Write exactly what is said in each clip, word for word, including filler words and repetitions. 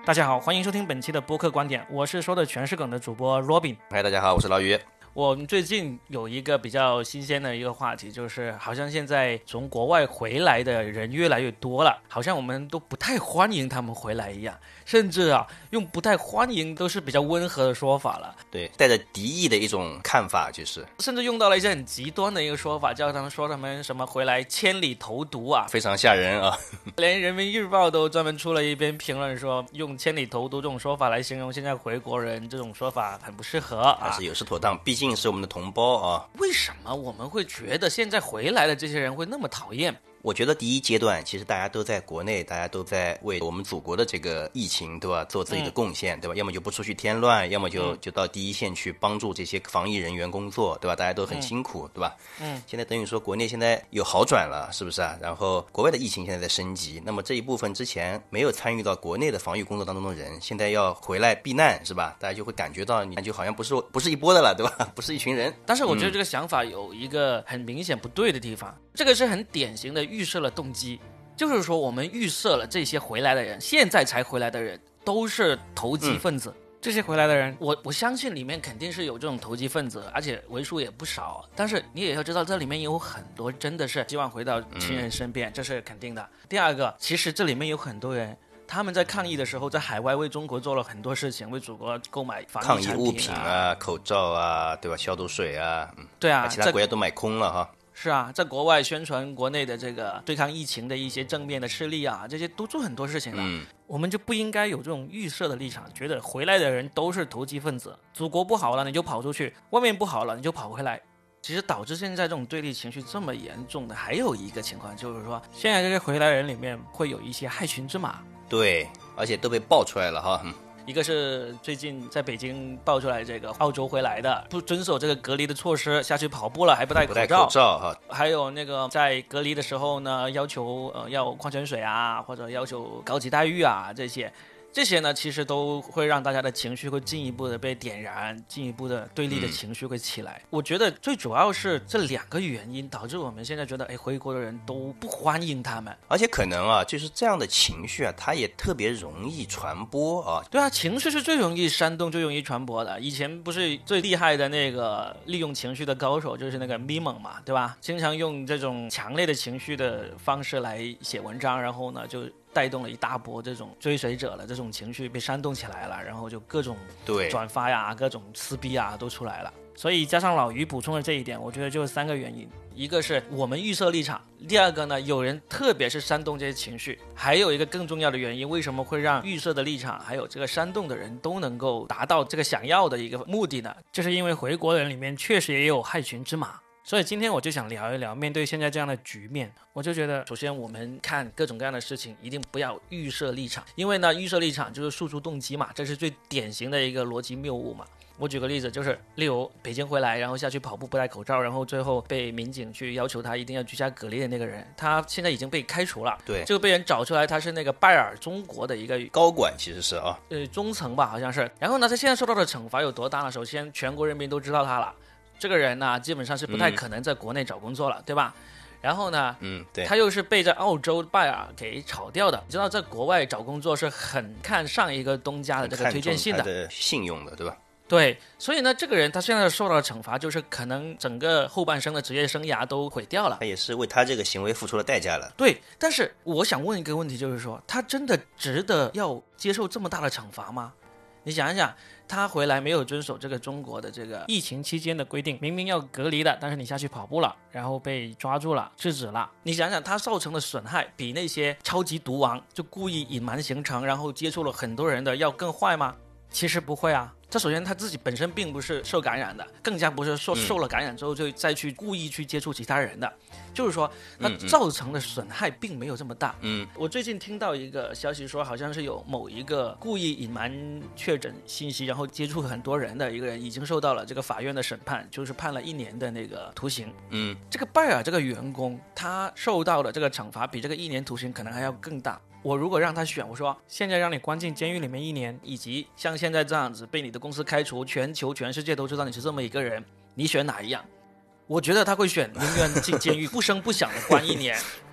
大家好，欢迎收听本期的播客观点，我是说的全是梗的主播 Robin。 嗨，大家好，我是老于。 我们最近有一个比较新鲜的一个话题，就是好像现在从国外回来的人越来越多了，好像我们都不太欢迎他们回来一样，甚至啊，用不太欢迎都是比较温和的说法了。 对，带着敌意的一种看法，就是甚至用到了一些很极端的一个说法，叫他们说他们什么回来千里投毒啊， 非常吓人啊。 连人民日报都专门出了一篇评论说，用千里投毒这种说法来形容现在回国人，这种说法很不适合啊， 还是有失妥当，毕竟是我们的同胞啊。 为什么我们会觉得现在回来的这些人会那么讨厌？ 我觉得第一阶段，其实大家都在国内，大家都在为我们祖国的这个疫情，对吧，做自己的贡献，嗯、对吧？要么就不出去添乱，要么就、嗯、就到第一线去帮助这些防疫人员工作，对吧？大家都很辛苦，嗯、对吧？嗯。现在等于说国内现在有好转了，是不是啊？然后国外的疫情现在在升级，那么这一部分之前没有参与到国内的防御工作当中的人，现在要回来避难，是吧？大家就会感觉到你就好像不是不是一波的了，对吧？不是一群人。 但是我觉得这个想法有一个很明显不对的地方，嗯、这个是很典型的预设了动机。就是说我们预设了这些回来的人，现在才回来的人都是投机分子、嗯、这些回来的人我我相信里面肯定是有这种投机分子，而且为数也不少，但是你也要知道这里面有很多真的是希望回到亲人身边、嗯、这是肯定的。第二个，其实这里面有很多人他们在抗疫的时候在海外为中国做了很多事情，为祖国购买防疫产品、啊、 抗疫物品啊，口罩啊，对吧，消毒水啊，嗯， 对啊， 其他国家都买空了哈。 是啊，在国外宣传国内的这个对抗疫情的一些正面的事例啊，这些都做很多事情了、嗯、我们就不应该有这种预设的立场，觉得回来的人都是投机分子，祖国不好了你就跑出去，外面不好了你就跑回来。其实导致现在这种对立情绪这么严重的还有一个情况，就是说现在这些回来人里面会有一些害群之马。 对，而且都被爆出来了哈。 一个是最近在北京爆出来这个澳洲回来的不遵守这个隔离的措施下去跑步了还不戴口罩， 不戴口罩哈， 还有那个在隔离的时候呢要求呃要矿泉水啊，或者要求高级待遇啊，这些这些呢其实都会让大家的情绪会进一步的被点燃，进一步的对立的情绪会起来、嗯、我觉得最主要是这两个原因导致我们现在觉得哎，回国的人都不欢迎他们。 而且可能啊就是这样的情绪啊它也特别容易传播啊。 对啊，情绪是最容易煽动最容易传播的。以前不是最厉害的那个利用情绪的高手就是那个咪蒙嘛，对吧？经常用这种强烈的情绪的方式来写文章，然后呢就带动了一大波这种追随者了，这种情绪被煽动起来了，然后就各种转发呀，各种撕逼啊都出来了。所以加上老于补充的这一点，我觉得就是三个原因，一个是我们预设立场，第二个呢有人特别是煽动这些情绪，还有一个更重要的原因，为什么会让预设的立场还有这个煽动的人都能够达到这个想要的一个目的呢？就是因为回国的人里面确实也有害群之马。所以今天我就想聊一聊，面对现在这样的局面，我就觉得首先我们看各种各样的事情一定不要预设立场，因为呢预设立场就是诉诸动机嘛，这是最典型的一个逻辑谬误嘛。我举个例子，就是例如北京回来然后下去跑步不戴口罩，然后最后被民警去要求他一定要居家隔离的那个人，他现在已经被开除了。 对， 就被人找出来他是那个拜耳中国的一个高管，其实是啊， 呃中层吧好像是。然后呢他现在受到的惩罚有多大呢？首先全国人民都知道他了，这个人呢基本上是不太可能在国内找工作了、嗯、对吧？然后呢嗯，对， 他又是被在澳洲拜耳给炒掉的。你知道在国外找工作是很看上一个东家的这个推荐信的， 他的信用的，对吧？ 对，所以呢这个人他现在受到的惩罚就是可能整个后半生的职业生涯都毁掉了， 他也是为他这个行为付出了代价了。 对，但是我想问一个问题，就是说他真的值得要接受这么大的惩罚吗？你想一想，他回来没有遵守这个中国的这个疫情期间的规定，明明要隔离的，但是你下去跑步了，然后被抓住了制止了，你想想他造成的损害比那些超级毒王就故意隐瞒行程然后接触了很多人的要更坏吗？其实不会啊。这首先他自己本身并不是受感染的，更加不是受受了感染之后就再去故意去接触其他人的，就是说他造成的损害并没有这么大。嗯，我最近听到一个消息说，好像是有某一个故意隐瞒确诊信息然后接触很多人的一个人已经受到了这个法院的审判，就是判了一年的那个徒刑。嗯，这个拜耳这个员工他受到的这个惩罚比这个一年徒刑可能还要更大。我如果让他选，我说现在让你关进监狱里面一年，以及像现在这样子被你的公司开除，全球全世界都知道你是这么一个人，你选哪一样？我觉得他会选宁愿进监狱不声不响的关一年。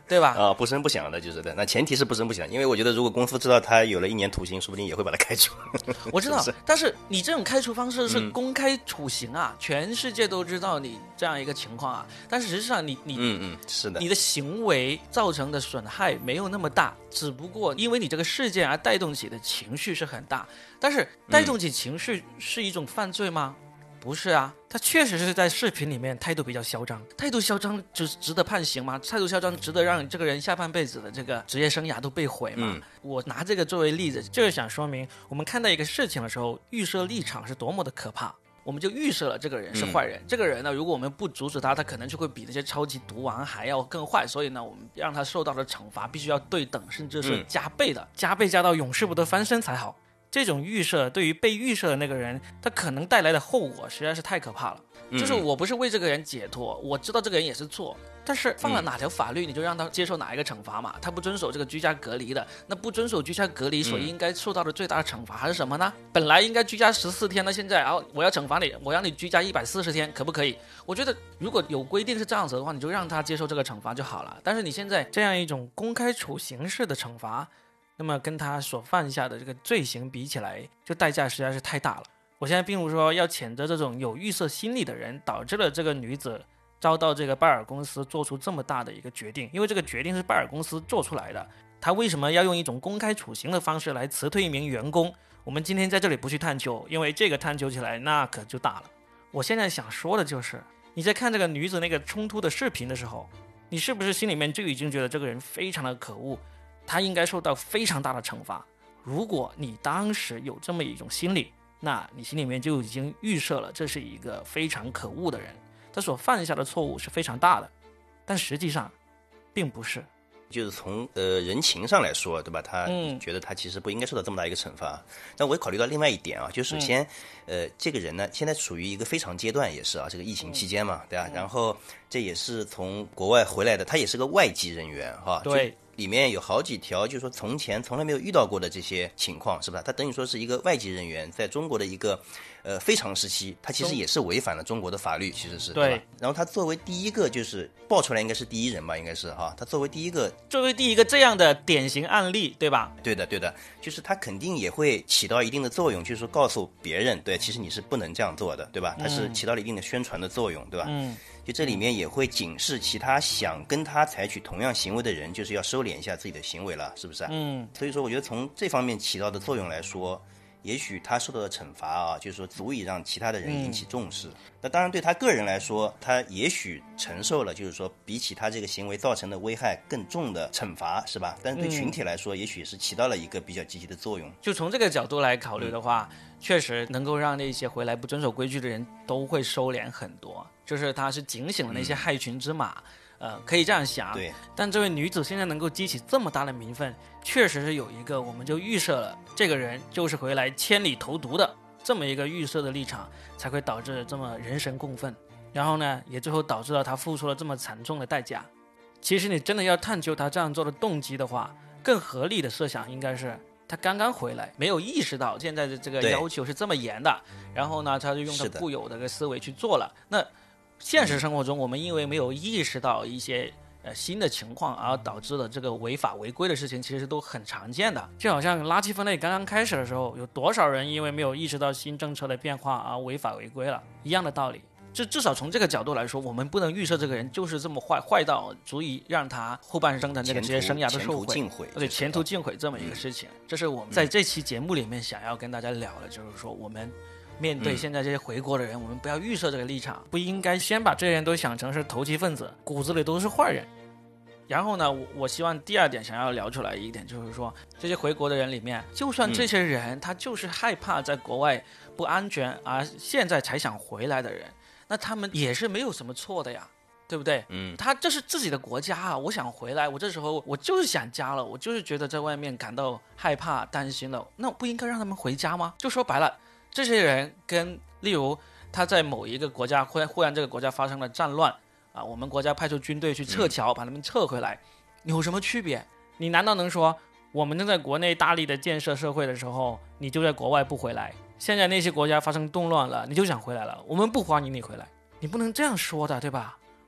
对吧？ 啊，不声不响的，就是的。那前提是不声不响，因为我觉得如果公司知道他有了一年徒刑，说不定也会把他开除。 我知道， 是是但是你这种开除方式是公开处刑啊，嗯、全世界都知道你这样一个情况啊。但是实际上你，你嗯嗯是的， 你的行为造成的损害没有那么大，只不过因为你这个事件而带动起的情绪是很大。但是带动起情绪是一种犯罪吗？嗯不是啊，他确实是在视频里面态度比较嚣张，态度嚣张值值得判刑吗？态度嚣张值得让这个人下半辈子的这个职业生涯都被毁吗？嗯、我拿这个作为例子，就是想说明我们看待一个事情的时候，预设立场是多么的可怕。我们就预设了这个人是坏人，嗯、这个人呢，如果我们不阻止他，他可能就会比那些超级毒王还要更坏。所以呢，我们让他受到的惩罚必须要对等，甚至是加倍的，嗯、加倍加到永世不得翻身才好。这种预设对于被预设的那个人，他可能带来的后果实在是太可怕了。嗯、就是我不是为这个人解脱，我知道这个人也是错，但是放了哪条法律，你就让他接受哪一个惩罚嘛。他不遵守这个居家隔离的，那不遵守居家隔离所应该受到的最大的惩罚还是什么呢？嗯、本来应该居家十四天，那现在啊，我要惩罚你，我让你居家一百四十天，可不可以？我觉得如果有规定是这样子的话，你就让他接受这个惩罚就好了。但是你现在这样一种公开处刑式的惩罚，那么跟他所犯下的这个罪行比起来，就代价实在是太大了。我现在并不是说要谴责这种有预设心理的人，导致了这个女子遭到这个拜耳公司做出这么大的一个决定，因为这个决定是拜耳公司做出来的。他为什么要用一种公开处刑的方式来辞退一名员工？我们今天在这里不去探究，因为这个探究起来那可就大了。我现在想说的就是，你在看这个女子那个冲突的视频的时候，你是不是心里面就已经觉得这个人非常的可恶？他应该受到非常大的惩罚。如果你当时有这么一种心理，那你心里面就已经预设了这是一个非常可恶的人，他所犯下的错误是非常大的，但实际上并不是。 就是从呃人情上来说，对吧？他觉得他其实不应该受到这么大一个惩罚。嗯、但我也考虑到另外一点啊，就首先，嗯、呃，这个人呢，现在处于一个非常阶段，也是啊，这个疫情期间嘛，对吧？嗯、然后这也是从国外回来的，他也是个外籍人员哈。 对。 里面有好几条，就是说从前从来没有遇到过的这些情况，是吧？他等于说是一个外籍人员，在中国的一个呃非常时期，他其实也是违反了中国的法律，其实是 对, 对吧？然后他作为第一个就是爆出来，应该是第一人吧，应该是哈。他作为第一个， 作为第一个这样的典型案例，对吧？ 对的，对的，就是他肯定也会起到一定的作用，就是说告诉别人，对，其实你是不能这样做的，对吧？他是起到了一定的宣传的作用，对吧？嗯。就这里面也会警示其他想跟他采取同样行为的人，就是要收敛一下自己的行为了，是不是？嗯，所以说我觉得从这方面起到的作用来说，也许他受到的惩罚啊，就是说足以让其他的人引起重视。嗯、那当然对他个人来说，他也许承受了就是说比起他这个行为造成的危害更重的惩罚，是吧？但是对群体来说，嗯、也许是起到了一个比较积极的作用。 就从这个角度来考虑的话，嗯、确实能够让那些回来不遵守规矩的人都会收敛很多。就是他是警醒了那些害群之马，嗯、呃，可以这样想。 对。 但这位女子现在能够激起这么大的民愤，确实是有一个我们就预设了这个人就是回来千里投毒的这么一个预设的立场，才会导致这么人神共愤。然后呢，也最后导致了他付出了这么惨重的代价。其实你真的要探究他这样做的动机的话，更合理的设想应该是他刚刚回来，没有意识到现在的这个要求是这么严的，然后呢，他就用他固有的个思维去做了。那现实生活中，我们因为没有意识到一些呃新的情况，而导致的这个违法违规的事情，其实都很常见的。就好像垃圾分类刚刚开始的时候，有多少人因为没有意识到新政策的变化而违法违规了，一样的道理。至至少从这个角度来说，我们不能预设这个人就是这么坏，坏到足以让他后半生的这个职业生涯都受毁， 前途尽毁， 对，前途尽毁这么一个事情。嗯、这是我们在这期节目里面想要跟大家聊的，就是说我们面对现在这些回国的人，嗯、我们不要预设这个立场，不应该先把这些人都想成是投机分子，骨子里都是坏人。然后呢，我我希望第二点想要聊出来一点，就是说这些回国的人里面，就算这些人、嗯、他就是害怕在国外不安全而现在才想回来的人，那他们也是没有什么错的呀，对不对？嗯，他这是自己的国家啊，我想回来，我这时候我就是想家了，我就是觉得在外面感到害怕担心了，那不应该让他们回家吗？就说白了，这些人跟例如他在某一个国家忽然忽然这个国家发生了战乱啊，我们国家派出军队去撤侨、嗯、把他们撤回来，有什么区别？你难道能说我们正在国内大力的建设社会的时候，你就在国外不回来？现在那些国家发生动乱了，你就想回来了，我们不欢迎你回来，你不能这样说的，对吧？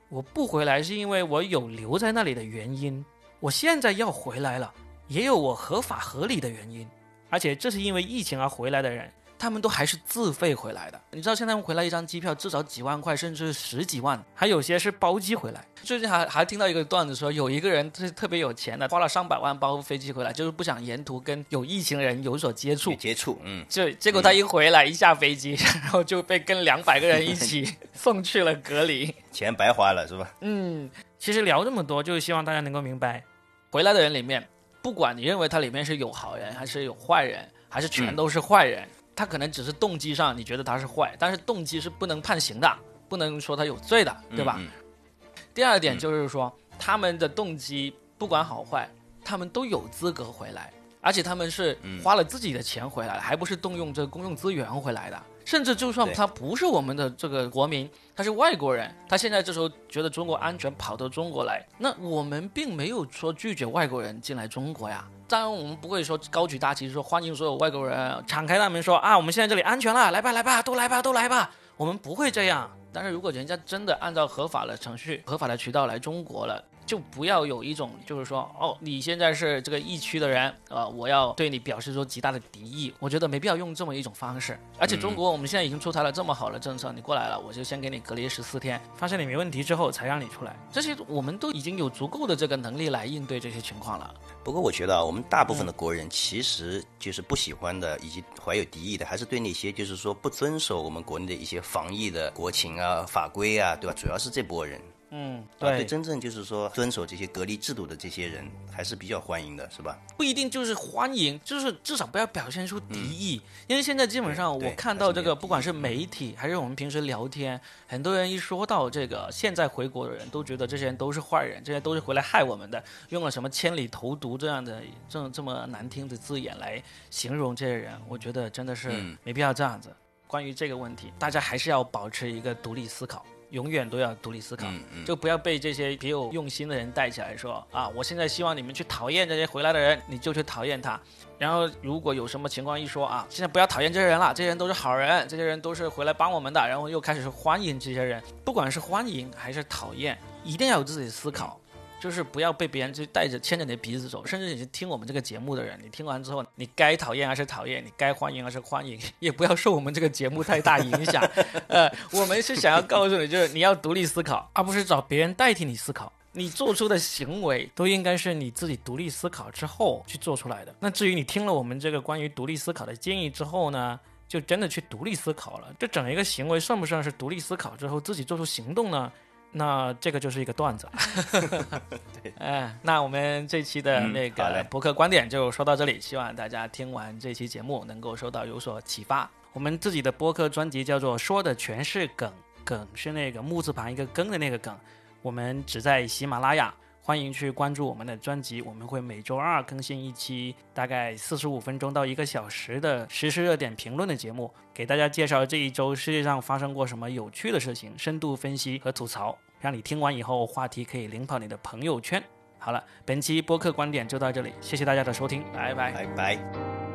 我不回来是因为我有留在那里的原因，我现在要回来了，也有我合法合理的原因。而且这是因为疫情而回来的人，他们都还是自费回来的。你知道现在回来一张机票至少几万块，甚至十几万，还有些是包机回来。最近还还听到一个段子说，有一个人是特别有钱的，花了上百万包飞机回来，就是不想沿途跟有疫情的人有所接触。 接触，嗯， 就结果他一回来，嗯、一下飞机，然后就被跟两百个人一起送去了隔离， 钱白花了是吧？ 嗯，其实聊这么多，就是希望大家能够明白，回来的人里面，不管你认为他里面是有好人还是有坏人，还是全都是坏人。嗯，他可能只是动机上你觉得他是坏，但是动机是不能判刑的，不能说他有罪的，对吧？嗯嗯。第二点就是说，嗯、他们的动机不管好坏，他们都有资格回来，而且他们是花了自己的钱回来的，嗯、还不是动用这个公用资源回来的。甚至就算他不是我们的这个国民，他是外国人，他现在这时候觉得中国安全，跑到中国来，那我们并没有说拒绝外国人进来中国呀。当然我们不会说高举大旗说欢迎所有外国人，敞开大门说啊我们现在这里安全了，来吧来吧都来吧都来吧，我们不会这样。但是如果人家真的按照合法的程序合法的渠道来中国了，就不要有一种就是说哦你现在是这个疫区的人，呃我要对你表示说极大的敌意，我觉得没必要用这么一种方式。而且中国我们现在已经出台了这么好的政策，你过来了我就先给你隔离十四天，发现你没问题之后才让你出来，这些我们都已经有足够的这个能力来应对这些情况了。 不过我觉得啊，我们大部分的国人其实就是不喜欢的，以及怀有敌意的，还是对那些就是说不遵守我们国内的一些防疫的国情啊、法规啊，对吧？主要是这波人。 嗯，对， 对，真正就是说遵守这些隔离制度的这些人，还是比较欢迎的，是吧？ 不一定就是欢迎，就是至少不要表现出敌意。嗯、因为现在基本上我看到这个，不管是媒体还是我们平时聊天，很多人一说到这个现在回国的人，都觉得这些人都是坏人，这些都是回来害我们的，用了什么千里投毒这样的这这么难听的字眼来形容这些人，我觉得真的是没必要这样子。嗯、关于这个问题，大家还是要保持一个独立思考。永远都要独立思考，嗯嗯、就不要被这些别有用心的人带起来说啊，我现在希望你们去讨厌这些回来的人，你就去讨厌他。然后如果有什么情况一说啊，现在不要讨厌这些人了，这些人都是好人，这些人都是回来帮我们的，然后又开始欢迎这些人，不管是欢迎还是讨厌，一定要有自己的思考。就是不要被别人就带着牵着你的鼻子走，甚至你是听我们这个节目的人，你听完之后，你该讨厌还是讨厌，你该欢迎还是欢迎，也不要受我们这个节目太大影响。呃，我们是想要告诉你，就是你要独立思考，而不是找别人代替你思考。你做出的行为都应该是你自己独立思考之后去做出来的。那至于你听了我们这个关于独立思考的建议之后呢，就真的去独立思考了，这整一个行为算不算是独立思考之后自己做出行动呢？那这个就是一个段子。对，哎，那我们这期的那个博客观点就说到这里，希望大家听完这期节目能够受到有所启发。我们自己的播客专辑叫做说的全是梗，梗是那个木字旁一个更的那个梗，我们只在喜马拉雅，欢迎去关注我们的专辑，我们会每周二更新一期大概四十五分钟到一个小时的实时热点评论的节目，给大家介绍这一周世界上发生过什么有趣的事情，深度分析和吐槽，让你听完以后话题可以领跑你的朋友圈。好了，本期播客观点就到这里，谢谢大家的收听，拜拜， 拜拜。